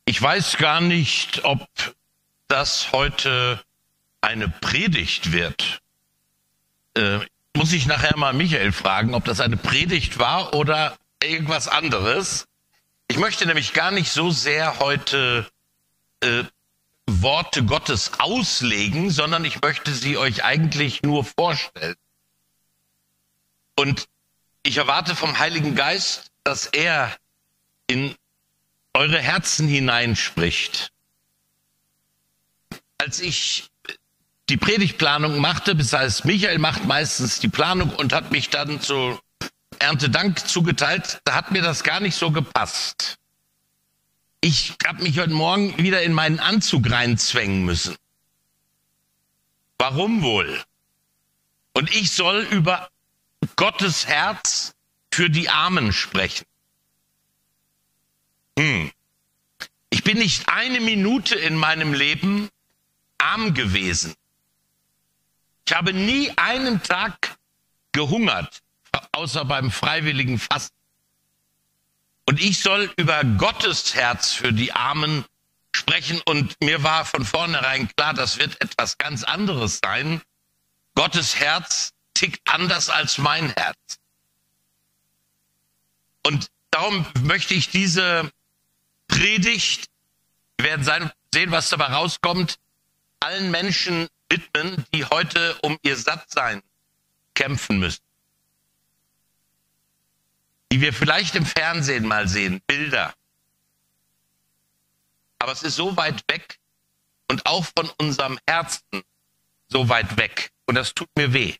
Ich weiß gar nicht, ob das heute eine Predigt wird. Muss ich nachher mal Michael fragen, ob das eine Predigt war oder irgendwas anderes. Ich möchte nämlich gar nicht so sehr heute Worte Gottes auslegen, sondern ich möchte sie euch eigentlich nur vorstellen. Und ich erwarte vom Heiligen Geist, dass er in eure Herzen hineinspricht. Als ich die Predigtplanung machte, das heißt, Michael macht meistens die Planung und hat mich dann zu Erntedank zugeteilt, da hat mir das gar nicht so gepasst. Ich habe mich heute Morgen wieder in meinen Anzug reinzwängen müssen. Warum wohl? Und ich soll über Gottes Herz für die Armen sprechen. Ich bin nicht eine Minute in meinem Leben arm gewesen. Ich habe nie einen Tag gehungert, außer beim freiwilligen Fasten. Und ich soll über Gottes Herz für die Armen sprechen. Und mir war von vornherein klar, das wird etwas ganz anderes sein. Gottes Herz tickt anders als mein Herz. Und darum möchte ich diese Predigt, wir werden sehen, was dabei rauskommt, allen Menschen widmen, die heute um ihr Sattsein kämpfen müssen. Die wir vielleicht im Fernsehen mal sehen, Bilder. Aber es ist so weit weg und auch von unserem Herzen so weit weg. Und das tut mir weh.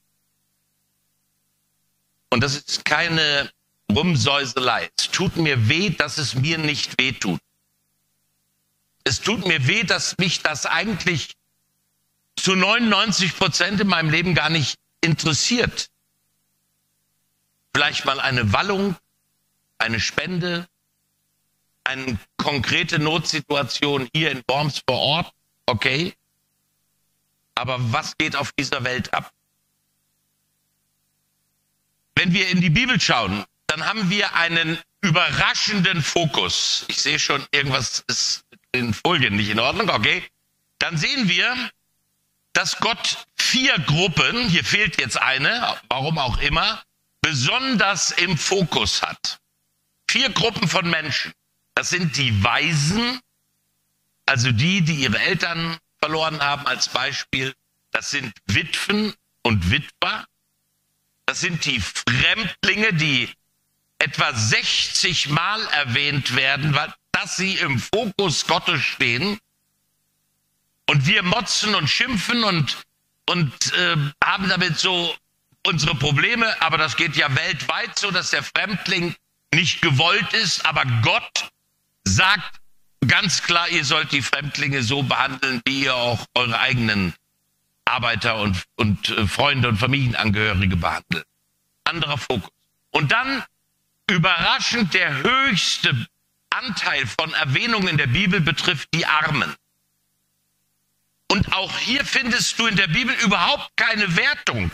Und das ist keine Rumsäuselei. Es tut mir weh, dass es mir nicht weh tut. Es tut mir weh, dass mich das eigentlich zu 99% in meinem Leben gar nicht interessiert. Vielleicht mal eine Wallung, eine Spende, eine konkrete Notsituation hier in Worms vor Ort, okay. Aber was geht auf dieser Welt ab? Wenn wir in die Bibel schauen, dann haben wir einen überraschenden Fokus. Ich sehe schon, irgendwas ist mit den Folien nicht in Ordnung, okay. Dann sehen wir, dass Gott 4 Gruppen, hier fehlt jetzt eine, warum auch immer, besonders im Fokus hat. 4 Gruppen von Menschen. Das sind die Waisen, also die ihre Eltern verloren haben als Beispiel. Das sind Witwen und Witwer. Das sind die Fremdlinge, die etwa 60 Mal erwähnt werden, dass sie im Fokus Gottes stehen. Und wir motzen und schimpfen und haben damit so unsere Probleme. Aber das geht ja weltweit so, dass der Fremdling nicht gewollt ist. Aber Gott sagt ganz klar, ihr sollt die Fremdlinge so behandeln, wie ihr auch eure eigenen Arbeiter und Freunde und Familienangehörige behandelt. Anderer Fokus. Und dann überraschend der höchste Anteil von Erwähnungen in der Bibel betrifft die Armen. Und auch hier findest du in der Bibel überhaupt keine Wertung.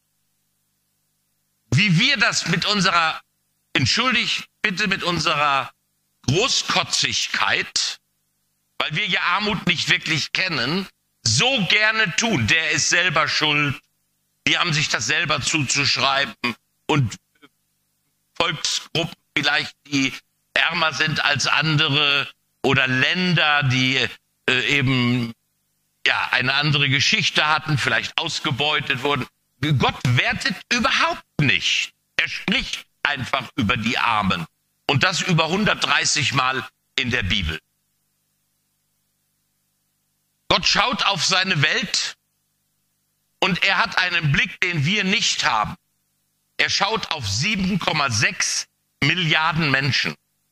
Wie wir das mit unserer, entschuldigt bitte, mit unserer Großkotzigkeit, weil wir ja Armut nicht wirklich kennen, so gerne tun. Der ist selber schuld, die haben sich das selber zuzuschreiben und Volksgruppen vielleicht, die ärmer sind als andere oder Länder, die eben ja eine andere Geschichte hatten, vielleicht ausgebeutet wurden. Gott wertet überhaupt nicht. Er spricht einfach über die Armen. Und das über 130 Mal in der Bibel. Gott schaut auf seine Welt und er hat einen Blick, den wir nicht haben. Er schaut auf 7,6 Milliarden Menschen.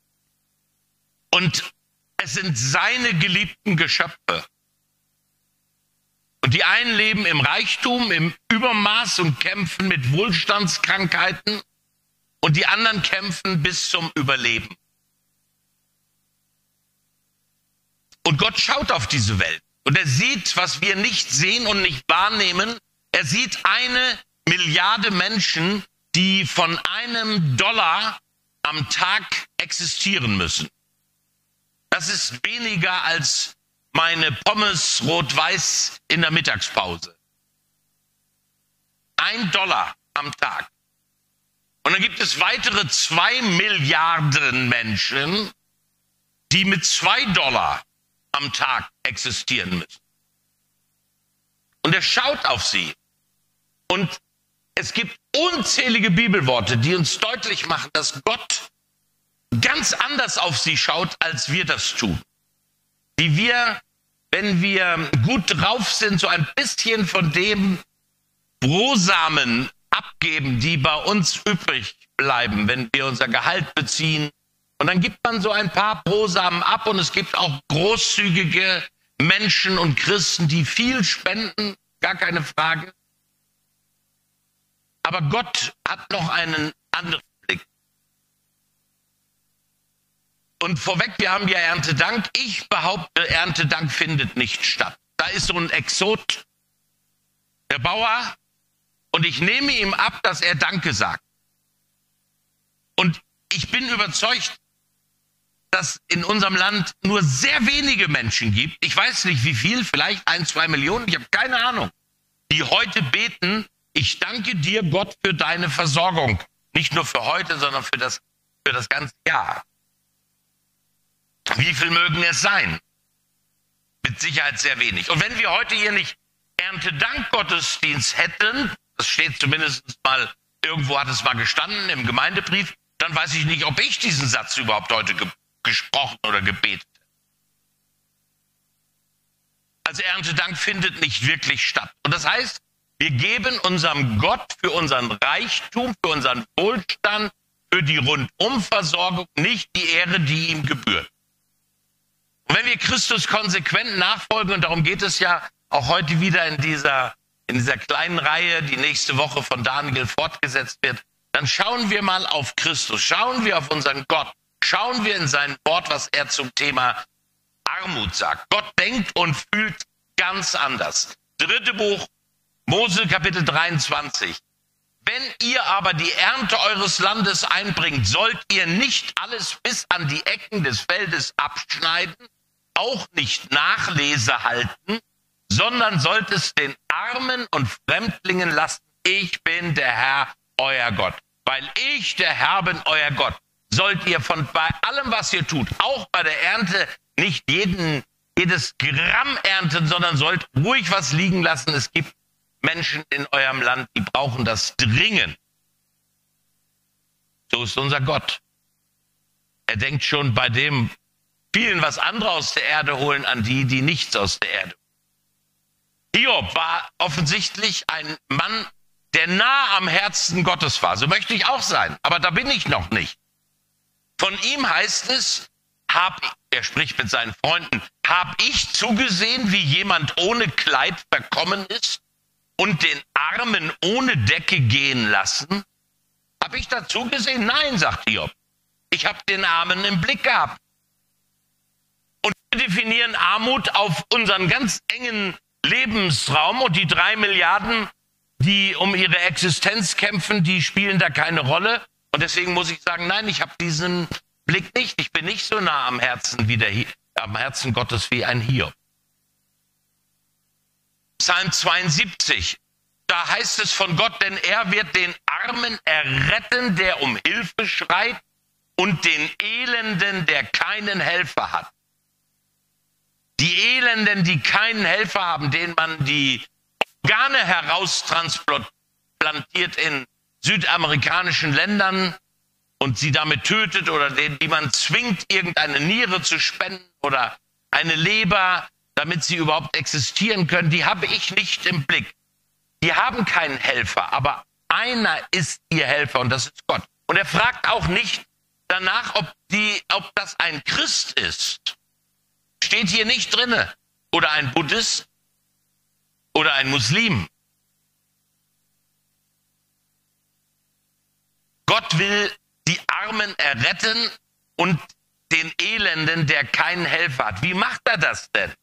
Und es sind seine geliebten Geschöpfe. Und die einen leben im Reichtum, im Übermaß und kämpfen mit Wohlstandskrankheiten. Und die anderen kämpfen bis zum Überleben. Und Gott schaut auf diese Welt. Und er sieht, was wir nicht sehen und nicht wahrnehmen. Er sieht 1 Milliarde Menschen, die von $1 am Tag existieren müssen. Das Das ist weniger als meine Pommes rot-weiß in der Mittagspause. $1 am Tag. Und dann gibt es weitere 2 Milliarden Menschen, die mit $2 am Tag existieren müssen. Und er schaut auf sie. Und es gibt unzählige Bibelworte, die uns deutlich machen, dass Gott ganz anders auf sie schaut, als wir das tun. Wie wir, wenn wir gut drauf sind, so ein bisschen von dem Brosamen abgeben, die bei uns übrig bleiben, wenn wir unser Gehalt beziehen. Und dann gibt man so ein paar Brosamen ab und es gibt auch großzügige Menschen und Christen, die viel spenden, gar keine Frage. Aber Gott hat noch einen anderen Blick. Und vorweg, wir haben ja Erntedank. Ich behaupte, Erntedank findet nicht statt. Da ist so ein Exot, der Bauer, und ich nehme ihm ab, dass er Danke sagt. Und ich bin überzeugt, dass in unserem Land nur sehr wenige Menschen gibt, ich weiß nicht wie viel, vielleicht 1-2 Millionen, ich habe keine Ahnung, die heute beten, ich danke dir, Gott, für deine Versorgung. Nicht nur für heute, sondern für das ganze Jahr. Wie viel mögen es sein? Mit Sicherheit sehr wenig. Und wenn wir heute hier nicht Erntedank-Gottesdienst hätten, das steht zumindest mal, irgendwo hat es mal gestanden im Gemeindebrief, dann weiß ich nicht, ob ich diesen Satz überhaupt heute gesprochen oder gebetet hätte. Also Erntedank findet nicht wirklich statt. Und das heißt, wir geben unserem Gott für unseren Reichtum, für unseren Wohlstand, für die Rundumversorgung nicht die Ehre, die ihm gebührt. Und wenn wir Christus konsequent nachfolgen, und darum geht es ja auch heute wieder in dieser kleinen Reihe, die nächste Woche von Daniel fortgesetzt wird, dann schauen wir mal auf Christus, schauen wir auf unseren Gott, schauen wir in sein Wort, was er zum Thema Armut sagt. Gott denkt und fühlt ganz anders. 3. Buch Mose, Kapitel 23. Wenn ihr aber die Ernte eures Landes einbringt, sollt ihr nicht alles bis an die Ecken des Feldes abschneiden, auch nicht Nachlese halten, sondern sollt es den Armen und Fremdlingen lassen. Ich bin der Herr, euer Gott. Weil ich der Herr bin, euer Gott, sollt ihr bei allem, was ihr tut, auch bei der Ernte, nicht jedes Gramm ernten, sondern sollt ruhig was liegen lassen. Es gibt Menschen in eurem Land, die brauchen das dringend. So ist unser Gott. Er denkt schon bei dem vielen, was andere aus der Erde holen, an die, die nichts aus der Erde holen. Hiob war offensichtlich ein Mann, der nah am Herzen Gottes war. So möchte ich auch sein, aber da bin ich noch nicht. Von ihm heißt es, er spricht mit seinen Freunden, hab ich zugesehen, wie jemand ohne Kleid verkommen ist und den Armen ohne Decke gehen lassen? Hab ich da zugesehen? Nein, sagt Hiob. Ich habe den Armen im Blick gehabt. Und wir definieren Armut auf unseren ganz engen Lebensraum, und die 3 Milliarden, die um ihre Existenz kämpfen, die spielen da keine Rolle. Und deswegen muss ich sagen, nein, ich habe diesen Blick nicht. Ich bin nicht so nah am Herzen am Herzen Gottes wie ein Hiob. Psalm 72, da heißt es von Gott, denn er wird den Armen erretten, der um Hilfe schreit, und den Elenden, der keinen Helfer hat. Die Elenden, die keinen Helfer haben, denen man die Organe heraustransplantiert in südamerikanischen Ländern und sie damit tötet, oder denen, die man zwingt, irgendeine Niere zu spenden oder eine Leber, damit sie überhaupt existieren können, die habe ich nicht im Blick. Die haben keinen Helfer, aber einer ist ihr Helfer, und das ist Gott. Und er fragt auch nicht danach, ob das ein Christ ist. Steht hier nicht drinne. Oder ein Buddhist oder ein Muslim. Gott will die Armen erretten und den Elenden, der keinen Helfer hat. Wie macht er das denn?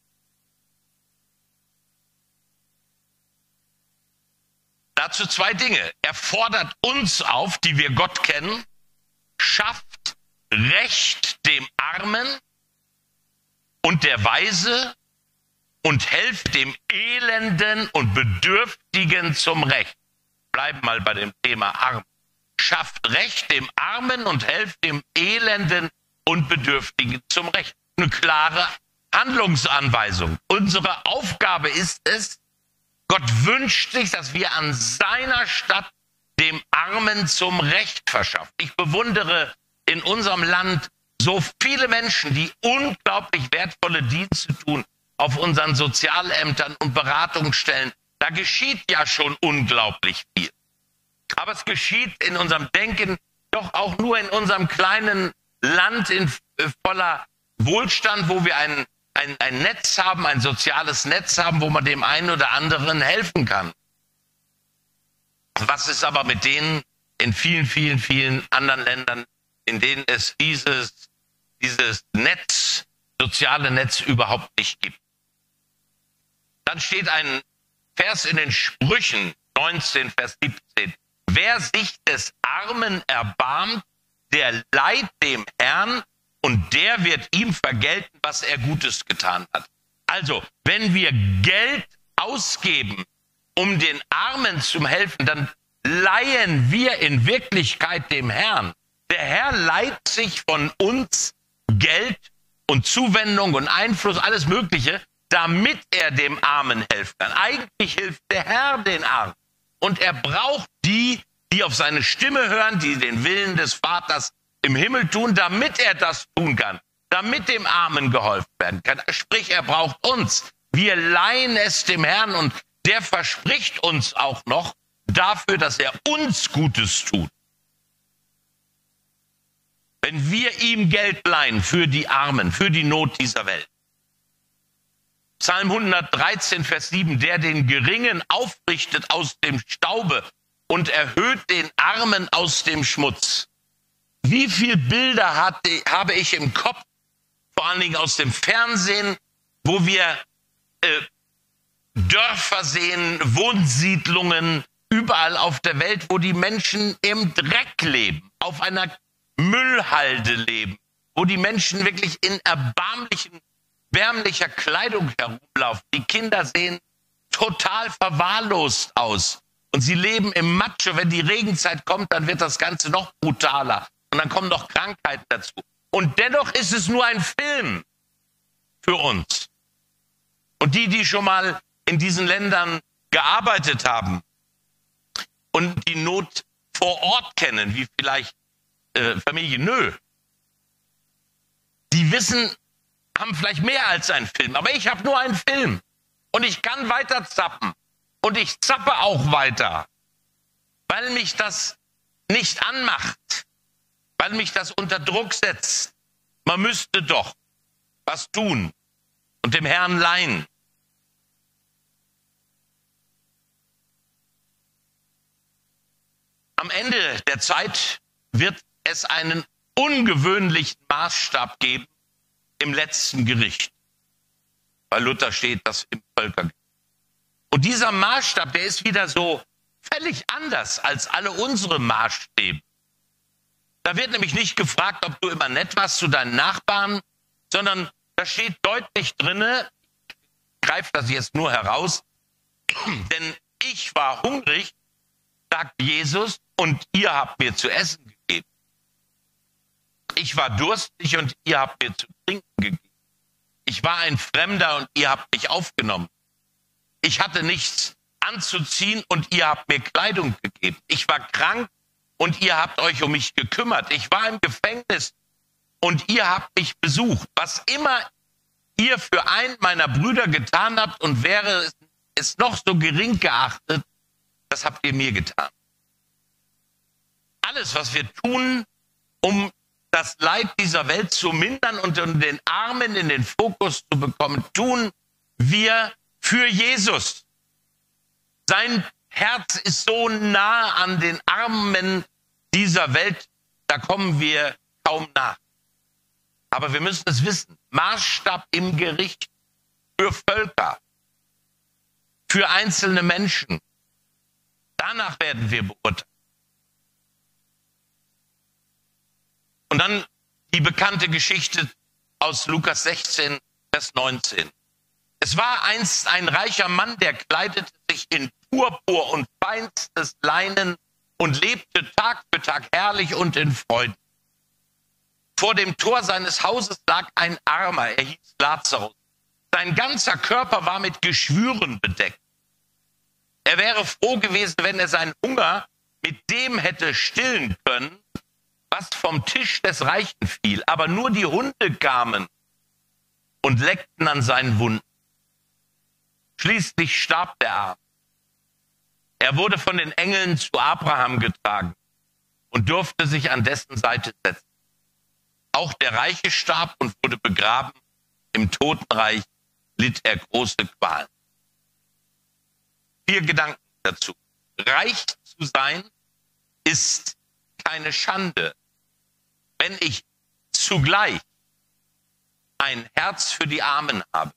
Dazu 2 Dinge. Er fordert uns auf, die wir Gott kennen, schafft Recht dem Armen und der Weise und helft dem Elenden und Bedürftigen zum Recht. Bleiben mal bei dem Thema Arm. Schafft Recht dem Armen und helft dem Elenden und Bedürftigen zum Recht. Eine klare Handlungsanweisung. Unsere Aufgabe ist es, Gott wünscht sich, dass wir an seiner Stadt dem Armen zum Recht verschaffen. Ich bewundere in unserem Land so viele Menschen, die unglaublich wertvolle Dienste tun auf unseren Sozialämtern und Beratungsstellen. Da geschieht ja schon unglaublich viel. Aber es geschieht in unserem Denken doch auch nur in unserem kleinen Land in voller Wohlstand, wo wir ein Netz haben, ein soziales Netz haben, wo man dem einen oder anderen helfen kann. Was ist aber mit denen in vielen, vielen, vielen anderen Ländern, in denen es dieses Netz, soziale Netz überhaupt nicht gibt? Dann steht ein Vers in den Sprüchen 19, Vers 17. Wer sich des Armen erbarmt, der leiht dem Herrn und der wird ihm vergelten, was er Gutes getan hat. Also, wenn wir Geld ausgeben, um den Armen zu helfen, dann leihen wir in Wirklichkeit dem Herrn. Der Herr leiht sich von uns Geld und Zuwendung und Einfluss, alles Mögliche, damit er dem Armen helfen kann. Eigentlich hilft der Herr den Armen. Und er braucht die auf seine Stimme hören, die den Willen des Vaters im Himmel tun, damit er das tun kann, damit dem Armen geholfen werden kann. Sprich, er braucht uns. Wir leihen es dem Herrn und der verspricht uns auch noch dafür, dass er uns Gutes tut. Wenn wir ihm Geld leihen für die Armen, für die Not dieser Welt. Psalm 113, Vers 7, der den Geringen aufrichtet aus dem Staube und erhöht den Armen aus dem Schmutz. Wie viele Bilder habe ich im Kopf, vor allen Dingen aus dem Fernsehen, wo wir Dörfer sehen, Wohnsiedlungen, überall auf der Welt, wo die Menschen im Dreck leben, auf einer Müllhalde leben, wo die Menschen wirklich in erbärmlicher Kleidung herumlaufen. Die Kinder sehen total verwahrlost aus und sie leben im Matsche. Wenn die Regenzeit kommt, dann wird das Ganze noch brutaler und dann kommen noch Krankheiten dazu. Und dennoch ist es nur ein Film für uns. Und die schon mal in diesen Ländern gearbeitet haben und die Not vor Ort kennen, wie vielleicht Familie Nö, die wissen, haben vielleicht mehr als einen Film. Aber ich habe nur einen Film. Und ich kann weiter zappen. Und ich zappe auch weiter. Weil mich das nicht anmacht. Weil mich das unter Druck setzt. Man müsste doch was tun. Und dem Herrn leihen. Am Ende der Zeit wird es einen ungewöhnlichen Maßstab geben im letzten Gericht. Bei Luther steht das im Völkergericht. Und dieser Maßstab, der ist wieder so völlig anders als alle unsere Maßstäbe. Da wird nämlich nicht gefragt, ob du immer nett warst zu deinen Nachbarn, sondern da steht deutlich drinne, ich greife das jetzt nur heraus, denn ich war hungrig, sagt Jesus, und ihr habt mir zu essen gegeben. Ich war durstig und ihr habt mir zu trinken gegeben. Ich war ein Fremder und ihr habt mich aufgenommen. Ich hatte nichts anzuziehen und ihr habt mir Kleidung gegeben. Ich war krank und ihr habt euch um mich gekümmert. Ich war im Gefängnis und ihr habt mich besucht. Was immer ihr für einen meiner Brüder getan habt und wäre es noch so gering geachtet, das habt ihr mir getan. Alles, was wir tun, um das Leid dieser Welt zu mindern und um den Armen in den Fokus zu bekommen, tun wir für Jesus. Sein Herz ist so nah an den Armen dieser Welt, da kommen wir kaum nach. Aber wir müssen es wissen, Maßstab im Gericht für Völker, für einzelne Menschen. Danach werden wir beurteilt. Und dann die bekannte Geschichte aus Lukas 16, Vers Vers 19. Es war einst ein reicher Mann, der kleidete sich in Purpur und feinstes Leinen und lebte Tag für Tag herrlich und in Freuden. Vor dem Tor seines Hauses lag ein Armer, er hieß Lazarus. Sein ganzer Körper war mit Geschwüren bedeckt. Er wäre froh gewesen, wenn er seinen Hunger mit dem hätte stillen können, was vom Tisch des Reichen fiel. Aber nur die Hunde kamen und leckten an seinen Wunden. Schließlich starb der Arme. Er wurde von den Engeln zu Abraham getragen und durfte sich an dessen Seite setzen. Auch der Reiche starb und wurde begraben. Im Totenreich litt er große Qualen. 4 Gedanken dazu. Reich zu sein ist keine Schande, wenn ich zugleich ein Herz für die Armen habe.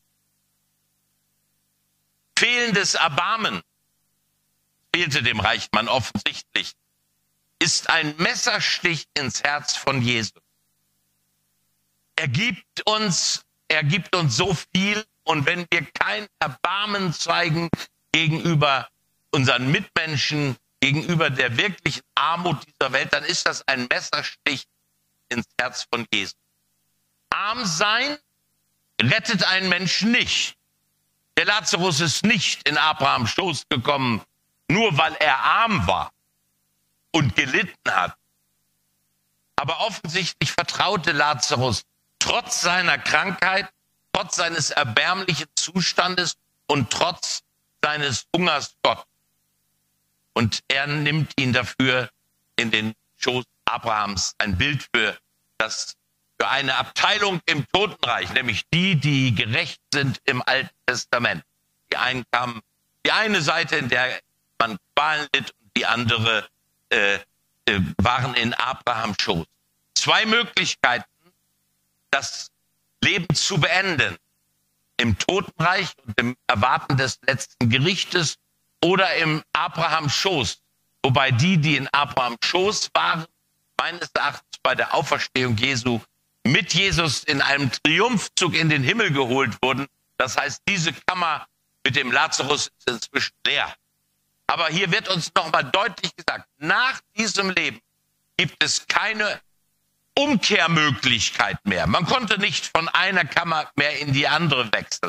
Fehlendes Erbarmen fehlte dem reichen Mann offensichtlich, ist ein Messerstich ins Herz von Jesus. Er gibt uns so viel, und wenn wir kein Erbarmen zeigen gegenüber unseren Mitmenschen, gegenüber der wirklichen Armut dieser Welt, dann ist das ein Messerstich ins Herz von Jesus. Arm sein rettet einen Menschen nicht. Der Lazarus ist nicht in Abrahams Schoß gekommen, nur weil er arm war und gelitten hat. Aber offensichtlich vertraute Lazarus trotz seiner Krankheit, trotz seines erbärmlichen Zustandes und trotz seines Hungers Gott. Und er nimmt ihn dafür in den Schoß Abrahams, ein Bild für eine Abteilung im Totenreich, nämlich die gerecht sind im Alten Testament. Die eine Seite, in der man Qualen litt, und die andere waren in Abrahams Schoß. 2 Möglichkeiten, das Leben zu beenden. Im Totenreich und im Erwarten des letzten Gerichtes oder im Abrahams Schoß. Wobei die in Abrahams Schoß waren, meines Erachtens bei der Auferstehung Jesu mit Jesus in einem Triumphzug in den Himmel geholt wurden. Das heißt, diese Kammer mit dem Lazarus ist inzwischen leer. Aber hier wird uns nochmal deutlich gesagt, nach diesem Leben gibt es keine Umkehrmöglichkeit mehr. Man konnte nicht von einer Kammer mehr in die andere wechseln.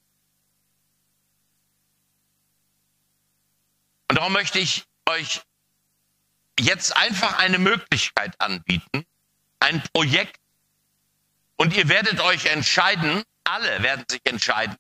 Und darum möchte ich euch jetzt einfach eine Möglichkeit anbieten, ein Projekt, und ihr werdet euch entscheiden, alle werden sich entscheiden,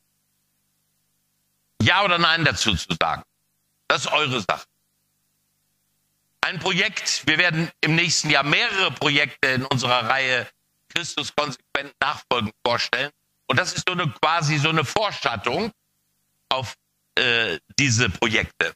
Ja oder Nein dazu zu sagen. Das ist eure Sache. Ein Projekt, wir werden im nächsten Jahr mehrere Projekte in unserer Reihe Christus konsequent nachfolgen vorstellen. Und das ist quasi so eine Vorschattung auf diese Projekte.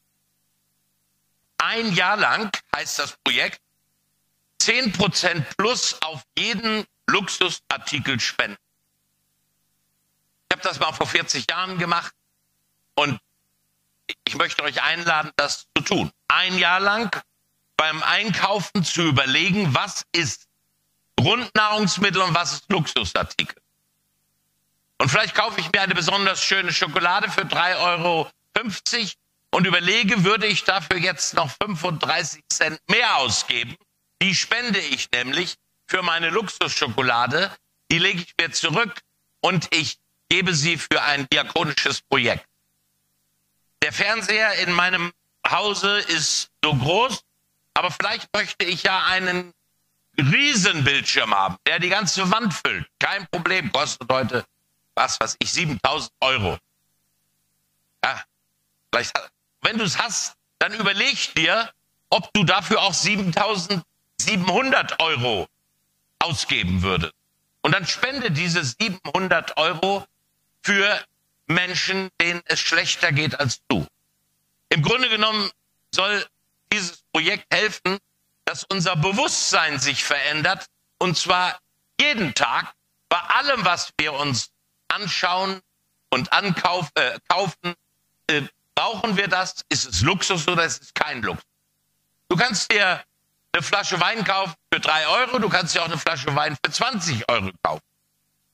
1 Jahr lang heißt das Projekt 10% plus auf jeden Luxusartikel spenden. Ich habe das mal vor 40 Jahren gemacht und ich möchte euch einladen, das zu tun. 1 Jahr lang beim Einkaufen zu überlegen, was ist Grundnahrungsmittel und was ist Luxusartikel. Und vielleicht kaufe ich mir eine besonders schöne Schokolade für 3,50 € und überlege, würde ich dafür jetzt noch 35 Cent mehr ausgeben? Die spende ich nämlich für meine Luxusschokolade. Die lege ich mir zurück und ich gebe sie für ein diakonisches Projekt. Der Fernseher in meinem Hause ist so groß, aber vielleicht möchte ich ja einen Riesenbildschirm haben, der die ganze Wand füllt. Kein Problem, kostet heute, 7.000 €. Ja, vielleicht, wenn du es hast, dann überleg dir, ob du dafür auch 7.700 € ausgeben würdest. Und dann spende diese 700 € für Menschen, denen es schlechter geht als du. Im Grunde genommen soll dieses Projekt helfen, dass unser Bewusstsein sich verändert, und zwar jeden Tag bei allem, was wir uns anschauen und kaufen. Brauchen wir das? Ist es Luxus oder ist es kein Luxus? Du kannst dir eine Flasche Wein kaufen für 3 €, du kannst dir auch eine Flasche Wein für 20 € kaufen.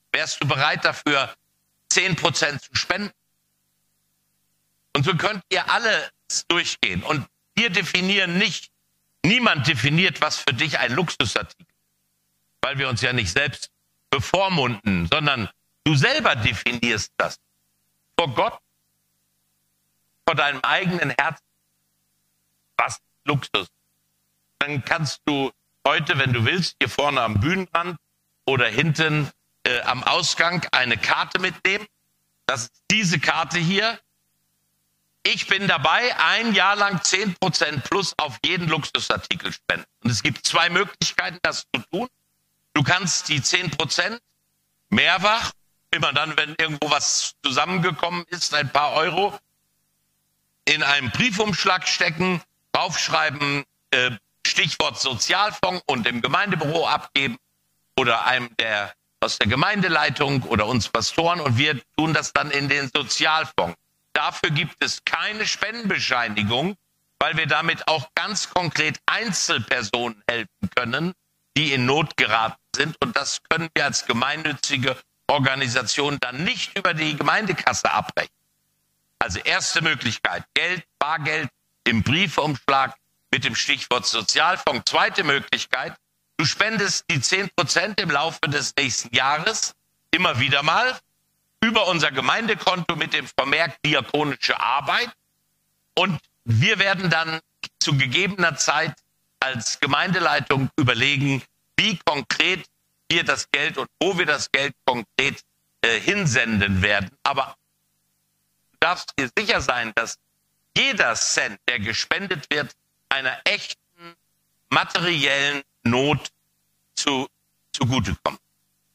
Wärst du bereit dafür, 10% zu spenden? Und so könnt ihr alles durchgehen. Und wir definieren nicht, niemand definiert, was für dich ein Luxusartikel ist, weil wir uns ja nicht selbst bevormunden, sondern du selber definierst das. Vor Gott, vor deinem eigenen Herzen. Was ist Luxus? Dann kannst du heute, wenn du willst, hier vorne am Bühnenrand oder hinten am Ausgang eine Karte mitnehmen. Das ist diese Karte hier. Ich bin dabei, ein Jahr lang 10% plus auf jeden Luxusartikel spenden. Und es gibt zwei Möglichkeiten, das zu tun. Du kannst die 10% mehrfach, immer dann, wenn irgendwo was zusammengekommen ist, ein paar Euro, in einen Briefumschlag stecken, draufschreiben, Stichwort Sozialfonds und im Gemeindebüro abgeben oder einem aus der Gemeindeleitung oder uns Pastoren, und wir tun das dann in den Sozialfonds. Dafür gibt es keine Spendenbescheinigung, weil wir damit auch ganz konkret Einzelpersonen helfen können, die in Not geraten sind. Und das können wir als gemeinnützige Organisation dann nicht über die Gemeindekasse abrechnen. Also erste Möglichkeit, Geld, Bargeld im Briefumschlag mit dem Stichwort Sozialfonds. Zweite Möglichkeit, du spendest die 10% im Laufe des nächsten Jahres immer wieder mal über unser Gemeindekonto mit dem Vermerk diakonische Arbeit. Und wir werden dann zu gegebener Zeit als Gemeindeleitung überlegen, wie konkret wir das Geld und wo wir das Geld konkret hinsenden werden. Aber du darfst dir sicher sein, dass jeder Cent, der gespendet wird, einer echten materiellen Not zugutekommt.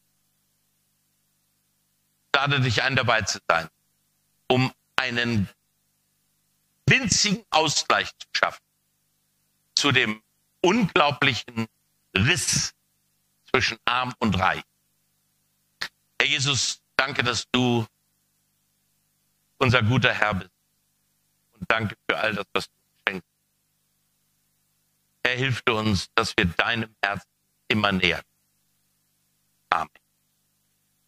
Lade dich ein, dabei zu sein, um einen winzigen Ausgleich zu schaffen zu dem unglaublichen Riss zwischen Arm und Reich. Herr Jesus, danke, dass du unser guter Herr bist. Und danke für all das, was du uns schenkst. Herr, hilf uns, dass wir deinem Herzen immer näher kommen.